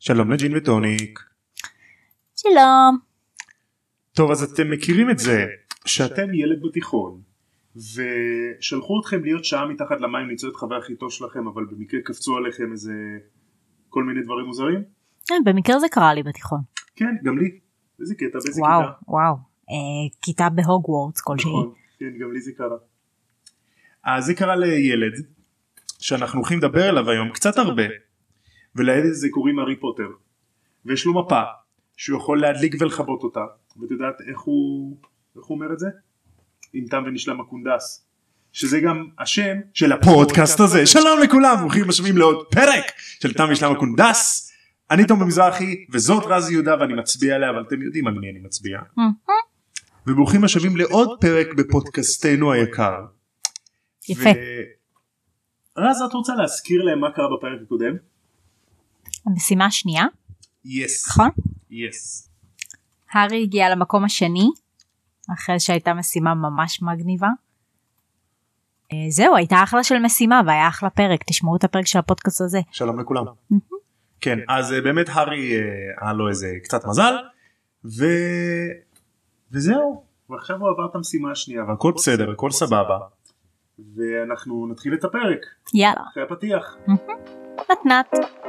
שלום לג'ין וטוניק. שלום. טוב, אז אתם מכירים את זה שאתם ילד בתיכון ושלחו אתכם להיות שעה מתחת למים למצוא את חבר הכי טוב שלכם, אבל במקרה קפצו עליכם איזה כל מיני דברים מוזרים? במקרה זה קרה לי בתיכון. כן, גם לי. איזה קטע, באיזה וואו, כיתה? וואו. כיתה בהוגוורטס כלשהי. נכון, כן, גם לי זה קרה. אז זה קרה לילד שאנחנו הולכים לדבר עליו היום קצת הרבה, ולילד הזה קוראים הארי פוטר, ויש לו מפה שהוא יכול להדליק ולחבות אותה, ואת יודעת איך הוא אומר את זה? עם תם ונשלם הקונדס, שזה גם השם של הפודקאסט הזה. שלום לכולם, ברוכים השבים לעוד פרק של תם ונשלם הקונדס. אני תום במזרחי וזאת רזי יהודה ואני מצביע עליה, אבל אתם יודעים על מי אני מצביע. וברוכים השבים לעוד פרק בפודקאסטנו היקר. יפה. רז, את רוצה להזכיר להם מה קרה בפרק הקודם? המשימה השנייה. Yes. נכון? Yes. הארי הגיע למקום השני, אחרי שהייתה משימה ממש מגניבה. זהו, הייתה אחלה של משימה והיה אחלה פרק, תשמעו את הפרק של הפודקאסט הזה. שלום לכולם. כן, אז באמת הארי היה לו איזה קצת מזל, וזהו. ועכשיו הוא עבר את המשימה השנייה, והכל בסדר, הכל סבבה. ואנחנו נתחיל את הפרק. יאללה. אחרי הפתיח. מתנת.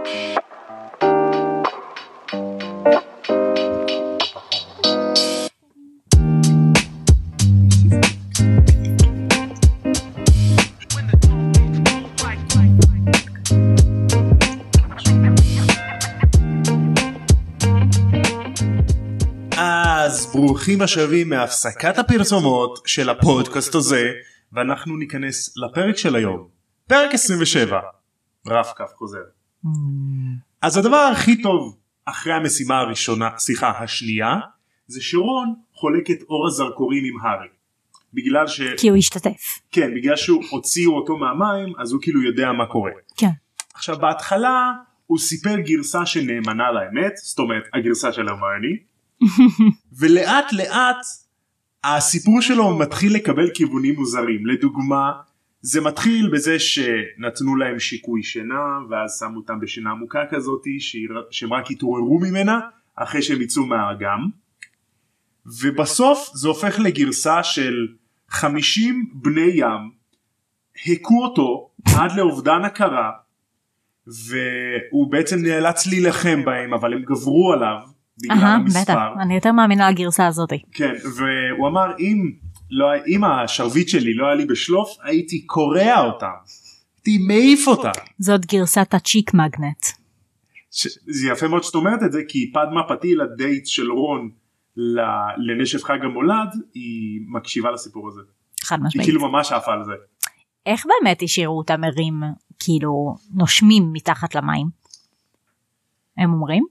אז ברוכים השבים מהפסקת הפרסומות של הפודקאסט הזה, ואנחנו ניכנס לפרק של היום, פרק 27, רף כף חוזר. אז הדבר הכי טוב אחרי המשימה השנייה, זה שרון חולק את אור הזרקורים עם הארי, בגלל כי הוא השתתף. כן, בגלל שהוא הוציאו אותו מהמים, אז הוא כאילו יודע מה קורה. כן. עכשיו בהתחלה הוא סיפר גרסה שנאמנה לאמת, זאת אומרת הגרסה של הרמיוני, ולאט לאט הסיפור שלו מתחיל לקבל כיוונים מוזרים. לדוגמה, זה מתחיל בזה שנתנו להם שיקוי שינה, ואז שמו אותם בשינה עמוקה כזאת שהם רק התעוררו ממנה אחרי שהם יצאו מהאגם, ובסוף זה הופך לגרסה של 50 בני ים הכו אותו עד לאובדן הכרה, והוא בעצם נאלץ להילחם בהם, אבל הם גברו עליו בגלל המספר. בטח, אני יותר מאמינה לגרסה הזאת. כן, והוא אמר אם השרביט שלי לא היה לי בשלוף, הייתי קורע אותה, הייתי מעיף אותה. זאת גרסת הצ'יק מגנט. זה יפה מאוד שאת אומרת את זה, כי פדמה פתיל הדייט של רון לנשף חג המולד, היא מקשיבה לסיפור הזה. חד משמעית. היא כאילו ממש עפה על זה. איך באמת השאירו אותם ערים, כאילו נושמים מתחת למים? הם אומרים?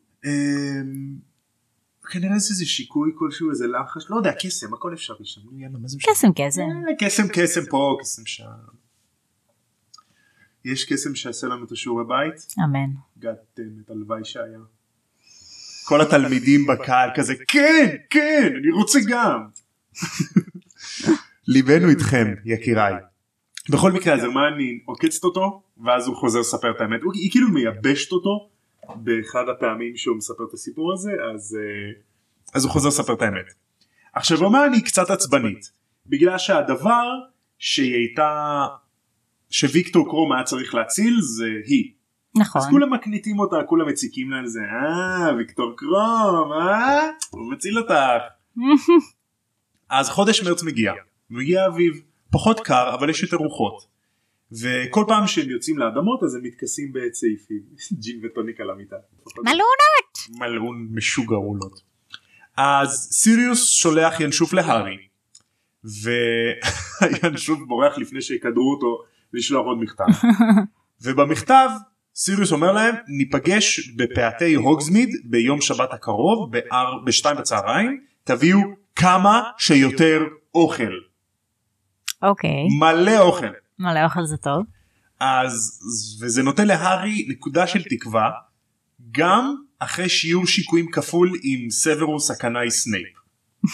כנראה זה שיקוי כלשהו, איזה לחש, לא יודע, קסם, הכל אפשרי שם. קסם פה, קסם שם. יש קסם שעשה לנו את השיעורי בית? אמן. גדמת, הלוואי שהיה. כל התלמידים בקהל כזה, כן, כן, אני רוצה גם. ליבנו איתכם, יקיריי. בכל מקרה, אז הרמיוני עוקצת אותו, ואז הוא חוזר לספר את האמת. היא כאילו מייבשת אותו, באחד הפעמים שהוא מספר את הסיפור הזה, אז הוא חוזר לספר את האמת. עכשיו הרמיוני קצת עצבנית, בגלל שהדבר שוויקטור קרום היה צריך להציל זה היא. נכון. אז כולם מקניטים אותה, כולם מציקים לה על זה, ויקטור קרום, הוא מציל אותך. אז חודש מרץ מגיע אביב, פחות קר אבל יש יותר רוחות, וכל פעם שהם יוצאים לאדמות אז הם מתכסים בצעיפים. ג'ין וטוניק על המיטה. מלעון משוגרולות. אז סיריוס שולח ינשוף להארי, והינשוף בורח לפני שיקדרו אותו לשלוח עוד מכתב. ובמכתב סיריוס אומר להם, ניפגש בפאתי הוגזמיד ביום שבת הקרוב ב-2 בצהריים, תביאו כמה שיותר אוכל. אוקיי. מלא אוכל. מלא אוכל זה טוב. וזה נותן להארי נקודה של תקווה, גם אחרי שיעור שיקויים כפול עם סוורוס הקנאי סנייפ.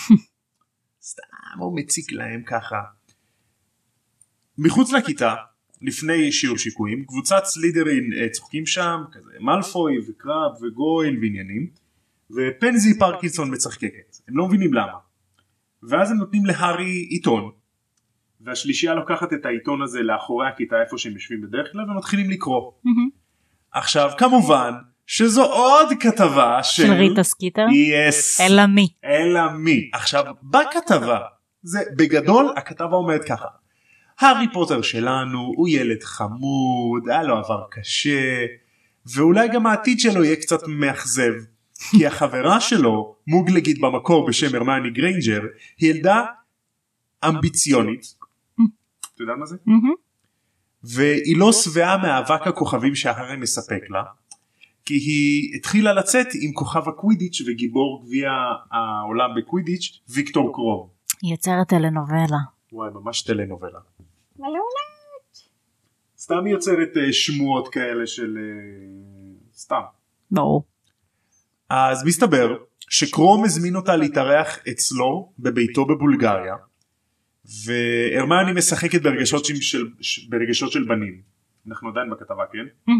סתם הוא מציק להם ככה. מחוץ לכיתה לפני שיעור שיקויים, קבוצת סלידרין צוחקים שם, כזה מלפוי וקראב וגויל ועניינים, ופנזי פרקינסון מצחקקת, הם לא מבינים למה. ואז הם נותנים להארי עיתון, והשלישייה לוקחת את העיתון הזה לאחורי הכיתה איפה שהם יושבים בדרך כלל, ומתחילים לקרוא. עכשיו כמובן שזו עוד כתבה של ריטה סקיטר? Yes. אלא מי. עכשיו בכתבה, זה בגדול הכתבה אומרת ככה, הארי פוטר שלנו הוא ילד חמוד, היה לו עבר קשה, ואולי גם העתיד שלו יהיה קצת מאכזב, כי החברה שלו, מוגלגית במקור בשם הרמיוני גריינג'ר, היא ילדה אמביציונית, אתה יודע מה זה? והיא לא שבעה מאבק הכוכבים שהארי מספק לה, כי היא התחילה לצאת עם כוכב הקווידיץ' וגיבור גביע העולם בקווידיץ', ויקטור קרום. היא יוצרת טלנובלה. וואי, ממש טלנובלה. סתם יוצרת שמועות כאלה של סתם. ברור. אז מסתבר שקרום הזמין אותה להתארח אצלו בביתו בבולגריה, והרמיוני משחקת ברגשות של בנים. אנחנו עדיין בכתבה, כן?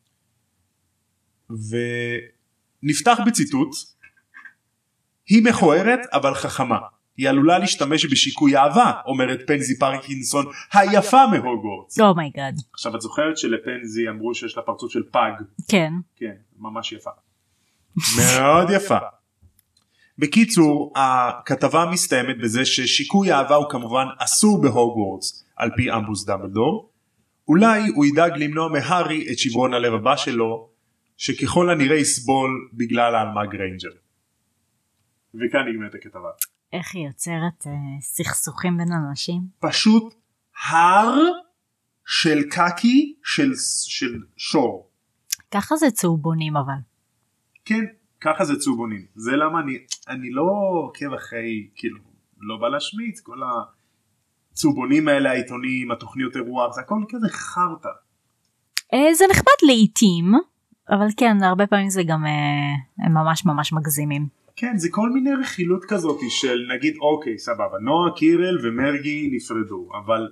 ונפתח בציטוט, היא מכוערת אבל חכמה. היא עלולה להשתמש בשיקוי אהבה, אומרת פנזי פרקינסון היפה מהוגוורטס. אומייגאד. עכשיו את זוכרת שלפנזי אמרו שיש לה פרצוף של פג? כן. כן, ממש יפה. מאוד יפה. בקיצור, הכתבה מסתיימת בזה ששיקוי אהבה הוא כמובן אסור בהוגוורטס על פי אמבוס דמבלדור. אולי הוא ידאג למנוע מהארי את שברון הלב הבא שלו, שככל הנראה יסבול בגלל האלמה גריינג'ר. וכאן נגמרת הכתבה. איך היא יוצרת סכסוכים בין אנשים? פשוט הר של קקי של שור. ככה זה צהובונים אבל. כן, ככה זה צהובונים. זה למה אני לא עוקב אחרי, כאילו, לא בא להשמיץ, כל הצהובונים האלה, העיתונים, התוכניות אירוח, זה הכל כזה חרטה. זה נחמד לעיתים, אבל כן, הרבה פעמים זה גם, הם ממש ממש מגזימים. כן, זה כל מיני רכילות כזאת של נגיד, אוקיי, סבבה, נועה, קירל ומרגי נפרדו, אבל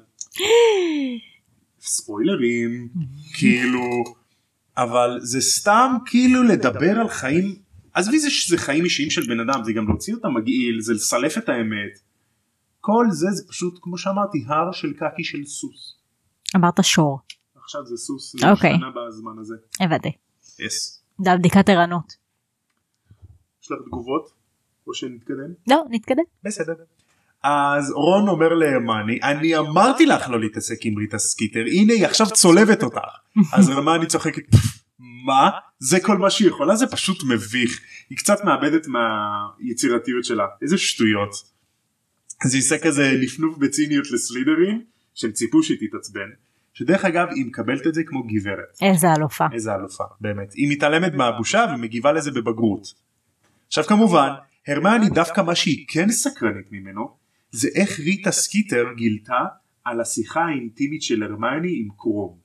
ספוילרים, כאילו, אבל זה סתם כאילו לדבר על חיים, עזבי זה שזה חיים אישיים של בן אדם, זה גם להוציא אותם מגעיל, זה לסלף את האמת, כל זה זה פשוט, כמו שאמרתי, הר של קקי של סוס. אמרת שור. עכשיו זה סוס, זה משתנה בזמן הזה. הבנתי. יס. זה בדיקת ערנות. יש לך תגובות? או שנתקדם? לא, נתקדם. בסדר. אז רון אומר להרמיוני, אני אמרתי לך לא להתעסק עם ריטה סקיטר, הנה היא עכשיו צולבת אותך. אז הרמיוני צוחקת, מה? זה כל מה שהיא יכולה? זה פשוט מביך. היא קצת מאבדת מהיצירתיות שלה. איזה שטויות. אז היא עושה כזה לפנוף בציניות לסלידרין, שהם ציפו שהיא תתעצבן. שדרך אגב היא מקבלת את זה כמו גברת. איזה אלופה. איזה אלופה, באמת. היא מתעלמת מהבושה ומגיבה לזה בבגרות. עכשיו כמובן, הרמיוני דווקא מה שהיא כן סקרנית ממנו, זה איך ריטה סקיטר גילתה על השיחה האינטימית של הרמיוני עם קרום.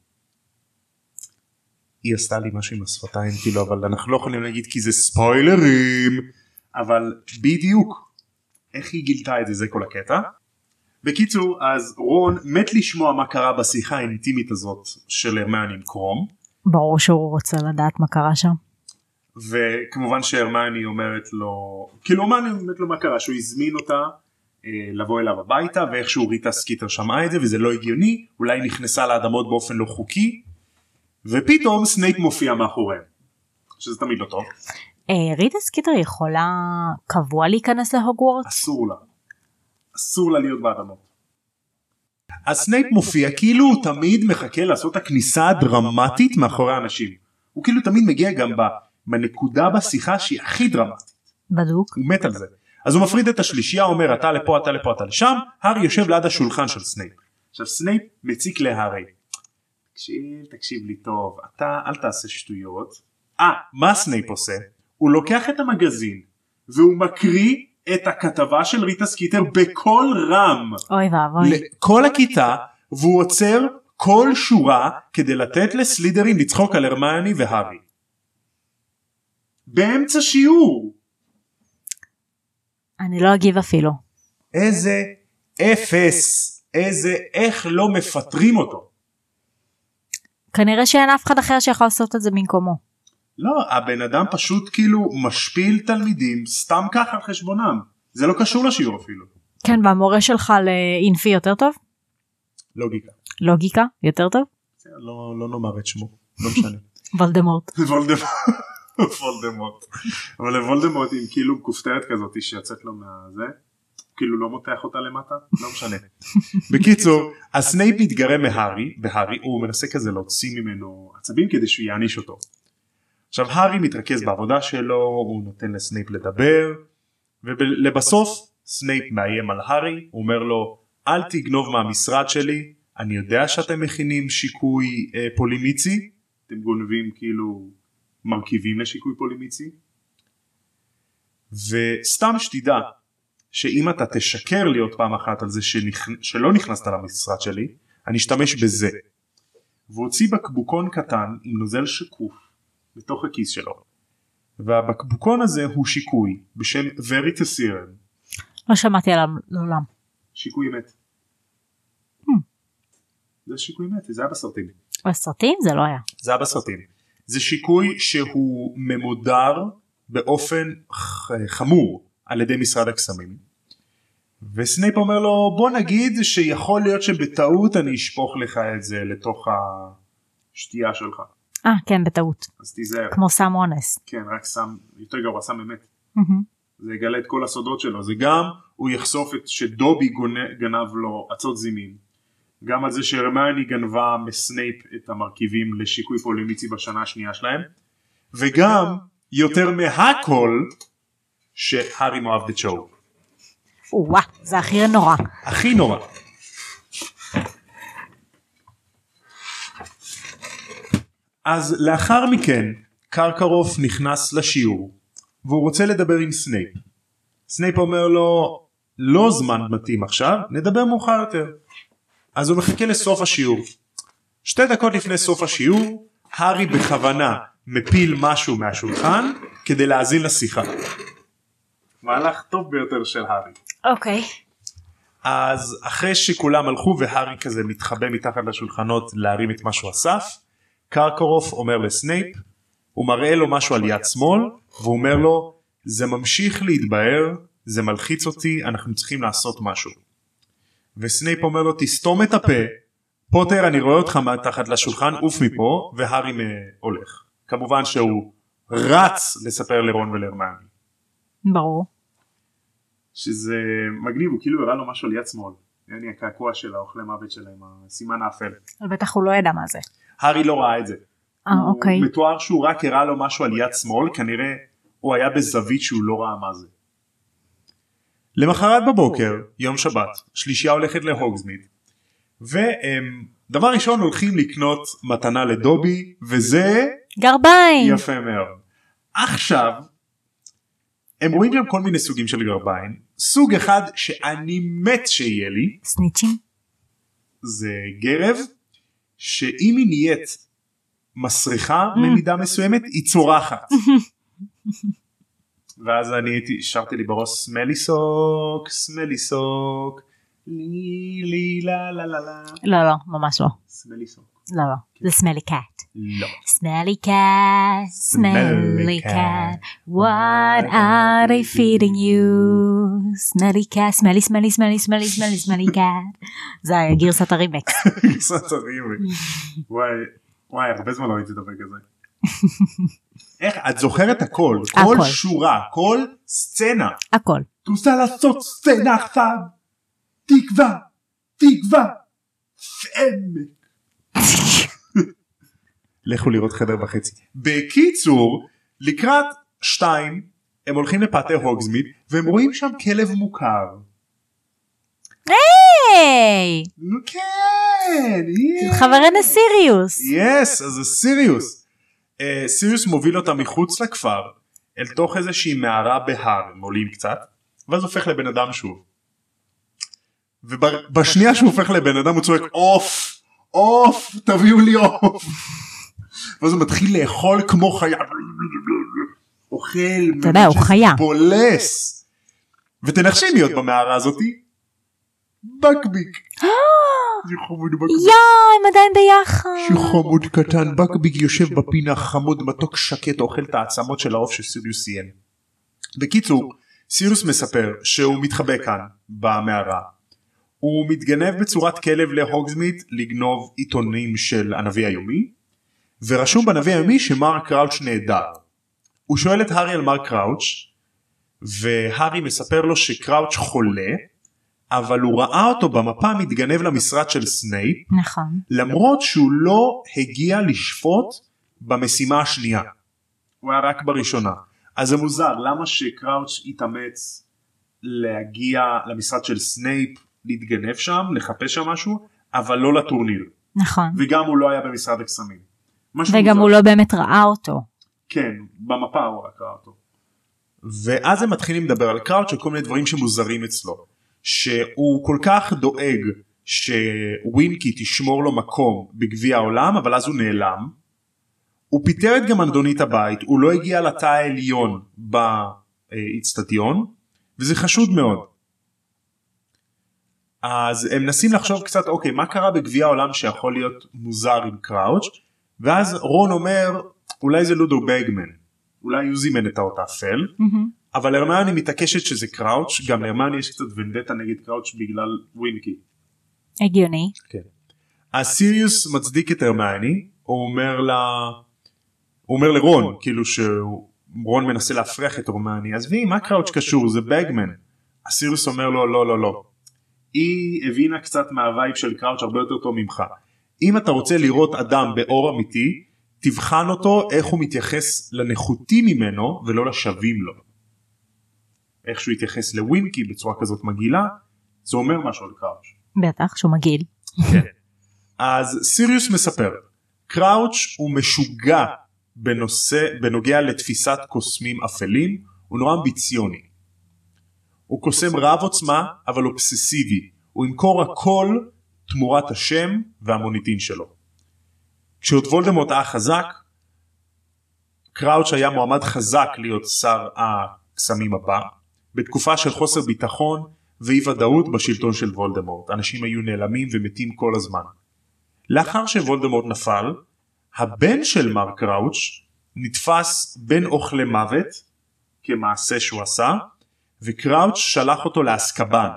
היא עשתה לי משהו עם השפתיים כאילו, אבל אנחנו לא יכולים להגיד כי זה ספוילרים, אבל בדיוק איך היא גילתה את זה, זה כל הקטע. בקיצור, אז רון מת לשמוע מה קרה בשיחה האינטימית הזאת של הרמיוני עם קרום. ברור שהוא רוצה לדעת מה קרה שם. וכמובן שהרמיוני אומרת לו, כאילו הרמיוני אומרת לו מה קרה, שהוא הזמין אותה לבוא אליו הביתה, ואיכשהו ריטה סקיטר שמעה את זה וזה לא הגיוני, אולי נכנסה לאדמות באופן לא חוקי, ופתאום סנייפ מופיע מאחוריהם, שזה תמיד לא טוב. ריטה סקיטר יכולה קבוע להיכנס להוגוורטס? אסור לה להיות באדמות. אז סנייפ מופיע כאילו הוא תמיד מחכה לעשות הכניסה הדרמטית מאחורי האנשים. הוא כאילו תמיד מגיע גם בנקודה בשיחה שהיא הכי דרמטית. בדוק. הוא מת על זה. אז הוא מפריד את השלישייה, אומר אתה לפה, אתה לפה, אתה לשם, הארי יושב ליד השולחן של סנייפ. עכשיו סנייפ מציק להארי. תקשיב לי טוב, אתה אל תעשה שטויות. מה סנייפ עושה? הוא לוקח את המגזין, והוא מקריא את הכתבה של ריטה סקיטר בכל רם. אוי ואבוי. לכל הכיתה, והוא עוצר כל שורה כדי לתת לסלידרין לצחוק על הרמיוני והארי. באמצע שיעור. אני לא אגיב אפילו. איזה אפס, איך לא מפטרים אותו. כנראה שאין אף אחד אחר שיכול לעשות את זה במקומו. לא, הבן אדם פשוט כאילו משפיל תלמידים סתם ככה על חשבונם. זה לא קשור לשיעור אפילו. כן, והמורה שלך לאינפי יותר טוב? לוגיקה. לוגיקה יותר טוב? לא נאמר את שמו, לא משנה. וולדמורט. וולדמורט. אבל לוולדמורט עם כאילו כופתרת כזאת שיוצאת לו מהזה, כאילו לא מותח אותה למטה, לא משנה. בקיצור, הסנייפ מתגרה מהארי, והארי הוא מנסה כזה להוציא ממנו עצבים כדי שהוא יעניש אותו. עכשיו הארי מתרכז בעבודה שלו, הוא נותן לסנייפ לדבר, ולבסוף סנייפ מאיים על הארי, הוא אומר לו, אל תגנוב מהמשרד שלי, אני יודע שאתם מכינים שיקוי פולימיצי, אתם גונבים כאילו מרכיבים לשיקוי פולימיצי, וסתם שתדע שאם אתה תשקר לי עוד פעם אחת על זה שלא נכנסת למשרד שלי, אני אשתמש בזה. והוציא בקבוקון קטן עם נוזל שקוף בתוך הכיס שלו, והבקבוקון הזה הוא שיקוי בשם וריטסירם. לא שמעתי עליו לעולם. שיקוי אמת. זה שיקוי אמת, זה היה בסרטים. בסרטים זה לא היה. זה היה בסרטים. זה שיקוי שהוא ממודר באופן חמור על ידי משרד הקסמים. וסנייפ אומר לו, בוא נגיד שיכול להיות שבטעות אני אשפוך לך את זה לתוך השתייה שלך. כן, בטעות. אז תיזהר. כמו סם אונס. כן, רק סם, יותר גרוע, סם אמת. זה יגלה את כל הסודות שלו. זה גם, הוא יחשוף את שדובי גנב לו עצות זימים. גם על זה שהרמיוני גנבה מסנייפ את המרכיבים לשיקוי פולימיצי בשנה השנייה שלהם. וגם, יותר מהכל, שהארי מאוהב את שואו. וואה, זה הכי נורא. הכי נורא. אז לאחר מכן קרקרוף נכנס לשיעור והוא רוצה לדבר עם סנייפ. סנייפ אומר לו, לא זמן מתאים עכשיו, נדבר מאוחר יותר. אז הוא מחכה לסוף השיעור. 2 דקות לפני סוף השיעור, הארי בכוונה מפיל משהו מהשולחן כדי להאזין לשיחה. מהלך טוב ביותר של הארי. אוקיי. אז אחרי שכולם הלכו והארי כזה מתחבא מתחת לשולחנות להרים את משהו אסף, קרקרוף אומר לסנייפ, הוא מראה לו משהו על יד שמאל, והוא אומר לו, זה ממשיך להתבהר, זה מלחיץ אותי, אנחנו צריכים לעשות משהו. וסנייפ אומר לו, תסתום את הפה, פוטר אני רואה אותך מתחת לשולחן, עוף מפה, והארי הולך. כמובן שהוא רץ לספר לרון ולהרמיוני. ברור. שזה מגניב, הוא כאילו הראה לו משהו על יד שמאל. אני הקעקוע של האוכלי מוות שלהם, הסימן האפל. אבל בטח הוא לא ידע מה זה. הארי לא ראה את זה. אוקיי. הוא מתואר שהוא רק הראה לו משהו על יד שמאל, כנראה הוא היה בזווית שהוא לא ראה מה זה. למחרת בבוקר, יום שבת, שלישייה הולכת להוגזמיד, ודבר ראשון הולכים לקנות מתנה לדובי, וזה גרביים. יפה מאוד. עכשיו, הם רואים שם כל מיני סוגים של גרביים, סוג אחד שאני מת שיהיה לי, סניצ'ים. זה גרב, שאם היא נהיית מסריחה במידה מסוימת, היא צורחת. ואז אני שרתי לי בראש, סמלי סוק, סמלי סוק, לי לה לה לה לה. לא, לא, ממש לא. סמלי סוק. לא, לא. זה סמלי קאט. לא. Smelly cat, smelly cat, what are they feeding you? Smelly cat, smelly, smelly, smelly, smelly, smelly, smelly cat. זה גרסת הרימקס. גרסת הרימקס. וואי, הרבה זמן לא הייתי דבר כזה. איך, את זוכרת הכל, כל שורה, כל סצנה. הכל. את רוצה לעשות סצנה עכשיו? תקווה, תקווה, עמק. לכו לראות חדר וחצי. בקיצור, לקראת 2 הם הולכים לפאתי הוגזמיד והם רואים שם כלב מוכר. היי! כן! חברנו סיריוס. יס, אז זה סיריוס. סיריוס מוביל אותה מחוץ לכפר אל תוך איזושהי מערה בהר, הם עולים קצת, ואז הופך לבן אדם שוב. ובשנייה שהוא הופך לבן אדם הוא צועק אוף, אוף, תביאו לי אוף. ואז הוא מתחיל לאכול כמו חיה, אוכל, אתה יודע, הוא חיה, בולס. ותנחשים להיות במערה הזאתי? בקביק. הם עדיין ביחד. שחמוד קטן, בקביק יושב בפינה חמוד מתוק שקט אוכל את העצמות של העוף שסיריוס סיים. בקיצור, סיריוס מספר שהוא מתחבא כאן במערה. הוא מתגנב בצורת כלב להוגזמיד לגנוב עיתונים של הנביא היומי, ורשום בנביא היומי שמר קראוץ' נהדר. הוא שואל את הארי על מר קראוץ', והארי מספר לו שקראוץ' חולה, אבל הוא ראה אותו במפה מתגנב למשרד של סנייפ, נכון. למרות שהוא לא הגיע לשפוט במשימה השנייה. הוא היה רק בראשונה. אז זה מוזר, למה שקראוץ' יתאמץ להגיע למשרד של סנייפ, להתגנב שם, לחפש שם משהו, אבל לא לטורניר. נכון. וגם הוא לא היה במשרד הקסמים. וגם הוא לא באמת ראה אותו. כן, במפה הוא רק ראה אותו. ואז הם מתחילים לדבר על קראוץ' על כל מיני דברים שמוזרים אצלו. שהוא כל כך דואג שווינקי תשמור לו מקום בגביע העולם, אבל אז הוא נעלם. הוא פיטר את גם אנדונית הבית, הוא לא הגיע לתא העליון באצטדיון, וזה חשוד מאוד. אז הם מנסים לחשוב קצת, אוקיי, מה קרה בגביע העולם שיכול להיות מוזר עם קראוץ', ואז רון אומר, אולי זה לודו בגמן, אולי הוא זימן את האות האפל, אבל הרמיוני מתעקשת שזה קראוץ', גם להרמיוני יש קצת ונדטה נגד קראוץ' בגלל ווינקי. הגיוני. כן. אז סיריוס מצדיק את הרמיוני, הוא אומר לרון, כאילו שרון מנסה להפריח את הרמיוני, אז מה קראוץ' קשור, זה בגמן. אז סיריוס אומר לו, לא, לא, לא. היא הבינה קצת מהווייב של קראוץ' הרבה יותר טוב ממך. אם אתה רוצה לראות אדם באור אמיתי, תבחן אותו איך הוא מתייחס לנחותי ממנו ולא לשווים לו. איך שהוא יתייחס לווינקי בצורה כזאת מגעילה, זה אומר משהו על קראוץ'. בטח, שהוא מגעיל. כן. אז סיריוס מספר, קראוץ' הוא משוגע בנוגע לתפיסת קוסמים אפלים, הוא נורא אמביציוני. הוא קוסם רב עוצמה, אבל אובססיבי. הוא ימכור הכל תמורת השם והמוניטין שלו. כשעוד וולדמורט היה חזק, קראוץ' היה מועמד חזק להיות שר הקסמים הבא, בתקופה של חוסר ביטחון ואי ודאות בשלטון של וולדמורט. אנשים היו נעלמים ומתים כל הזמן. לאחר שוולדמורט נפל, הבן של מר קראוץ' נתפס בין אוכלי מוות, כמעשה שהוא עשה, וקראוץ' שלח אותו לאסקבן.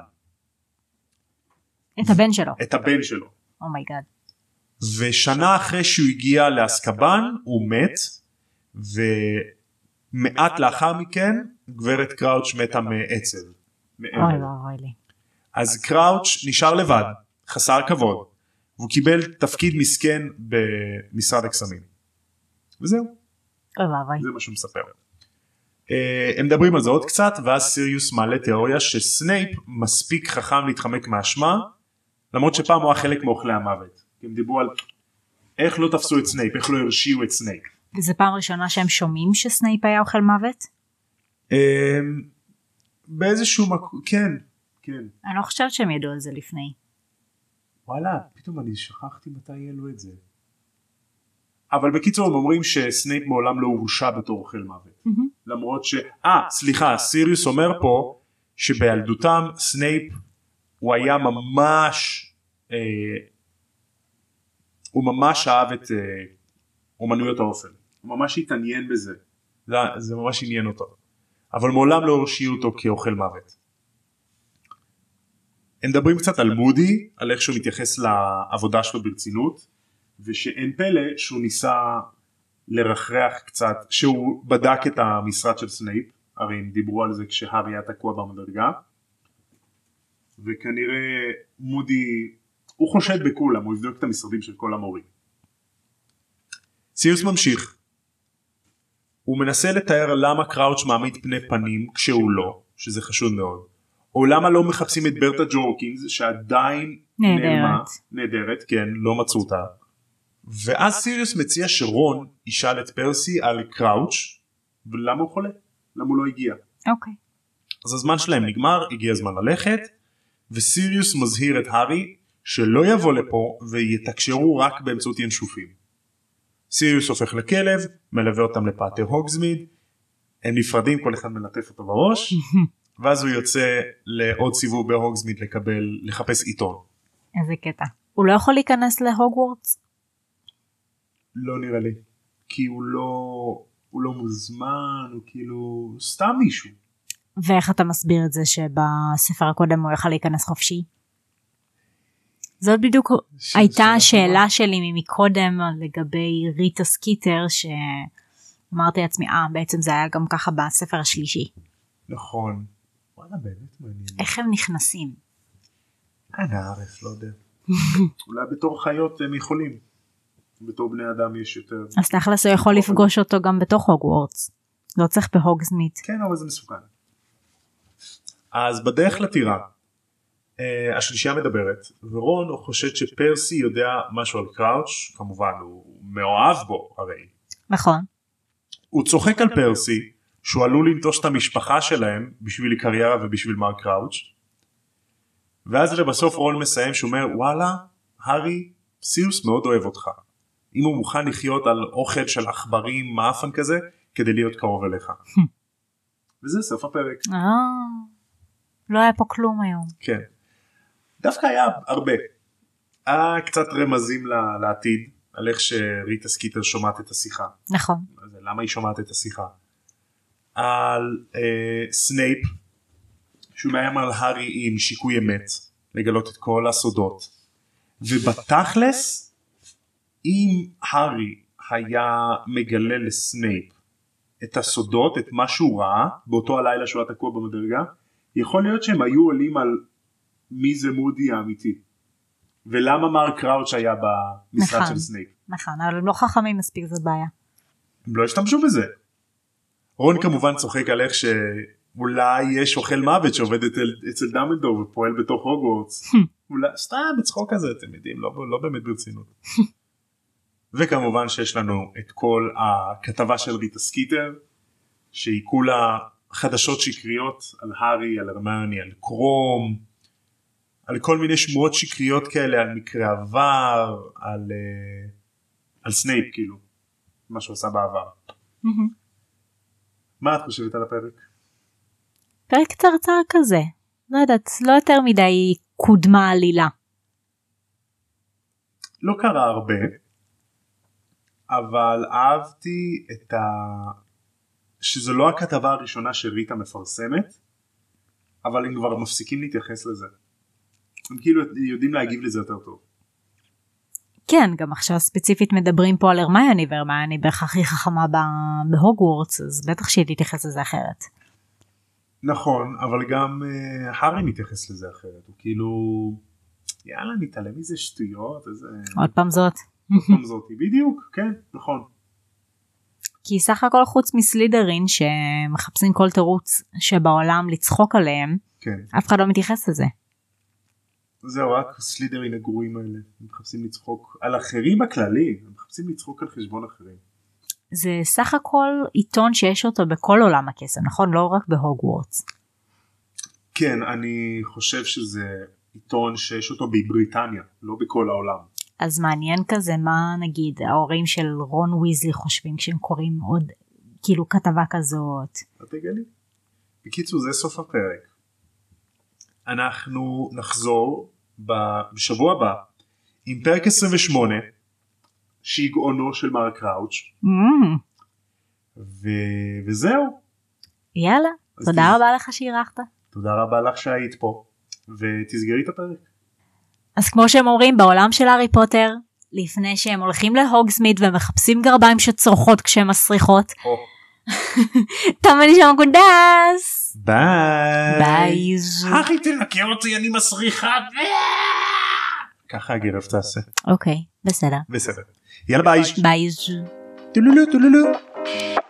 את הבן שלו. את הבן שלו. אומייגאד. ושנה אחרי שהוא הגיע לאסקבן הוא מת, ומעט לאחר מכן גברת קראוץ' מתה מעצב. אוי אוי לי. אז קראוץ' נשאר לבד, חסר כבוד, והוא קיבל תפקיד מסכן במשרד הקסמים. וזהו. אוי אוי. זה מה שהוא מספר. הם מדברים על זה עוד קצת, ואז סיריוס מעלה תיאוריה שסנייפ מספיק חכם להתחמק מהאשמה, למרות שפעם הוא היה חלק מאוכלי המוות. הם דיברו על איך לא תפסו את סנייפ, איך לא הרשיעו את סנייפ. וזה פעם ראשונה שהם שומעים שסנייפ היה אוכל מוות? באיזשהו מקום, כן, כן. אני לא חושבת שהם ידעו על זה לפני. וואלה, פתאום אני שכחתי מתי יהיה את זה. אבל בקיצור הם אומרים שסנייפ מעולם לא הורשע בתור אוכל מוות. למרות סליחה, סיריוס אומר פה שבילדותם סנייפ הוא היה ממש, הוא ממש אהב את אומנויות האופל. הוא ממש התעניין בזה. זה ממש עניין אותו. אבל מעולם לא הרשיעו אותו כאוכל מוות. הם מדברים קצת על מודי, על איך שהוא מתייחס לעבודה שלו ברצינות, ושאין פלא שהוא ניסה לרחרח קצת, שהוא בדק את המשרד של סנייפ, הרי הם דיברו על זה כשהארי היה תקוע במדרגה, וכנראה מודי, הוא חושד בכולם, הוא יבדוק את המשרדים של כל המורים. סיריוס ממשיך, הוא מנסה לתאר למה קראוץ' מעמיד פני פנים כשהוא לא, שזה חשוב מאוד, או למה לא מחפשים את ברטה ג'ורקינס שעדיין נהדרת, כן, לא מצאו אותה. ואז סיריוס מציע שרון ישאל את פרסי על קראוץ' ולמה הוא חולה, למה הוא לא הגיע. אוקיי. אז הזמן שלהם נגמר, הגיע הזמן ללכת, וסיריוס מזהיר את הארי שלא יבוא לפה ויתקשרו רק באמצעות ינשופים. סיריוס הופך לכלב, מלווה אותם לפאתי הוגזמיד, הם נפרדים, כל אחד מלטף אותו בראש, ואז הוא יוצא לעוד סיבוב בהוגזמיד לחפש עיתון. איזה קטע. הוא לא יכול להיכנס להוגוורטס? לא נראה לי. כי הוא לא מוזמן, הוא כאילו סתם מישהו. ואיך אתה מסביר את זה שבספר הקודם הוא יכל להיכנס חופשי? זאת בדיוק הייתה השאלה שלי מקודם לגבי ריטה סקיטר, שאמרתי לעצמי, בעצם זה היה גם ככה בספר השלישי. נכון. וואלה, באמת מעניין. איך הם נכנסים? אני ערף, לא יודע. אולי בתור חיות הם יכולים. בתור בני אדם יש יותר... אז תכלס הוא יכול לפגוש אותו גם בתוך הוגוורטס. לא צריך בהוגזמיד. כן, אבל זה מסוכן. אז בדרך לטירה, השלישייה מדברת, ורון חושד שפרסי יודע משהו על קראוץ', כמובן הוא מאוהב בו הרי. נכון. הוא צוחק על פרסי, שהוא עלול לנטוש את המשפחה שלהם בשביל קריירה ובשביל מר קראוץ'. ואז לבסוף רון מסיים שאומר, וואלה, הארי, סיריוס מאוד אוהב אותך. אם הוא מוכן לחיות על אוכל של עכברים מאפן כזה, כדי להיות קרוב אליך. וזה סוף הפרק. לא היה פה כלום היום. כן. דווקא היה הרבה. היה קצת רמזים לעתיד, על איך שריטה סקיטר שומעת את השיחה. נכון. למה היא שומעת את השיחה? על סנייפ, שהוא מאיים על הארי עם שיקוי אמת, לגלות את כל הסודות. ובתכלס, אם הארי היה מגלה לסנייפ את הסודות, את מה שהוא ראה, באותו הלילה שהוא היה תקוע במדרגה, יכול להיות שהם היו עולים על מי זה מודי האמיתי. ולמה מר קראוץ' היה במשרד של סנייפ. נכון, אבל הם לא חכמים מספיק, זאת בעיה. הם לא השתמשו בזה. רון כמובן צוחק על איך שאולי יש אוכל מוות שעובד אצל דמבלדור ופועל בתוך הוגוורטס. סתם בצחוק כזה, אתם יודעים, לא באמת ברצינות. וכמובן שיש לנו את כל הכתבה של ריטה סקיטר, שהיא כולה חדשות שקריות על הארי, על הרמיוני, על קרום, על כל מיני שמועות שקריות כאלה, על מקרה עבר, על סנייפ כאילו, מה שהוא עשה בעבר. מה את חושבת על הפרק? פרק קצרצר כזה, לא יודעת, לא יותר מדי קודמה עלילה. לא קרה הרבה, אבל אהבתי שזו לא הכתבה הראשונה שריטה מפרסמת, אבל הם כבר מפסיקים להתייחס לזה. הם כאילו יודעים להגיב לזה יותר טוב. כן, גם עכשיו ספציפית מדברים פה על הרמיוני, והרמיוני בערך הכי חכמה בהוגוורטס, אז בטח שהיא תתייחס לזה אחרת. נכון, אבל גם הארי מתייחס לזה אחרת. הוא כאילו, יאללה, נתעלם מזה שטויות. עוד פעם זאת. עוד פעם זאת, בדיוק, כן, נכון. כי סך הכל חוץ מסלידרין שמחפשים כל תירוץ שבעולם לצחוק עליהם, כן. אף אחד לא מתייחס לזה. זהו, רק סלידרין הגרועים האלה, הם מחפשים לצחוק על אחרים בכללי, הם מחפשים לצחוק על חשבון אחרים. זה סך הכל עיתון שיש אותו בכל עולם הקסם, נכון? לא רק בהוגוורטס. כן, אני חושב שזה עיתון שיש אותו בבריטניה, לא בכל העולם. אז מעניין כזה, מה נגיד ההורים של רון ויזלי חושבים כשהם קוראים עוד כאילו כתבה כזאת? תגלי. בקיצור, זה סוף הפרק. אנחנו נחזור בשבוע הבא עם פרק 28, שיגעונו של מר קראוץ'. וזהו. יאללה, תודה רבה לך שאירחת. תודה רבה לך שהיית פה, ותסגרי את הפרק. אז כמו שהם אומרים בעולם של הארי פוטר, לפני שהם הולכים להוגזמיד ומחפשים גרביים שצורכות כשהם מסריחות, תמיד שם קודס. ביי. אחי תנקר אותי, אני מסריחה. ככה הגרב תעשה. אוקיי, בסדר. יאללה ביי. ביי. טולולו.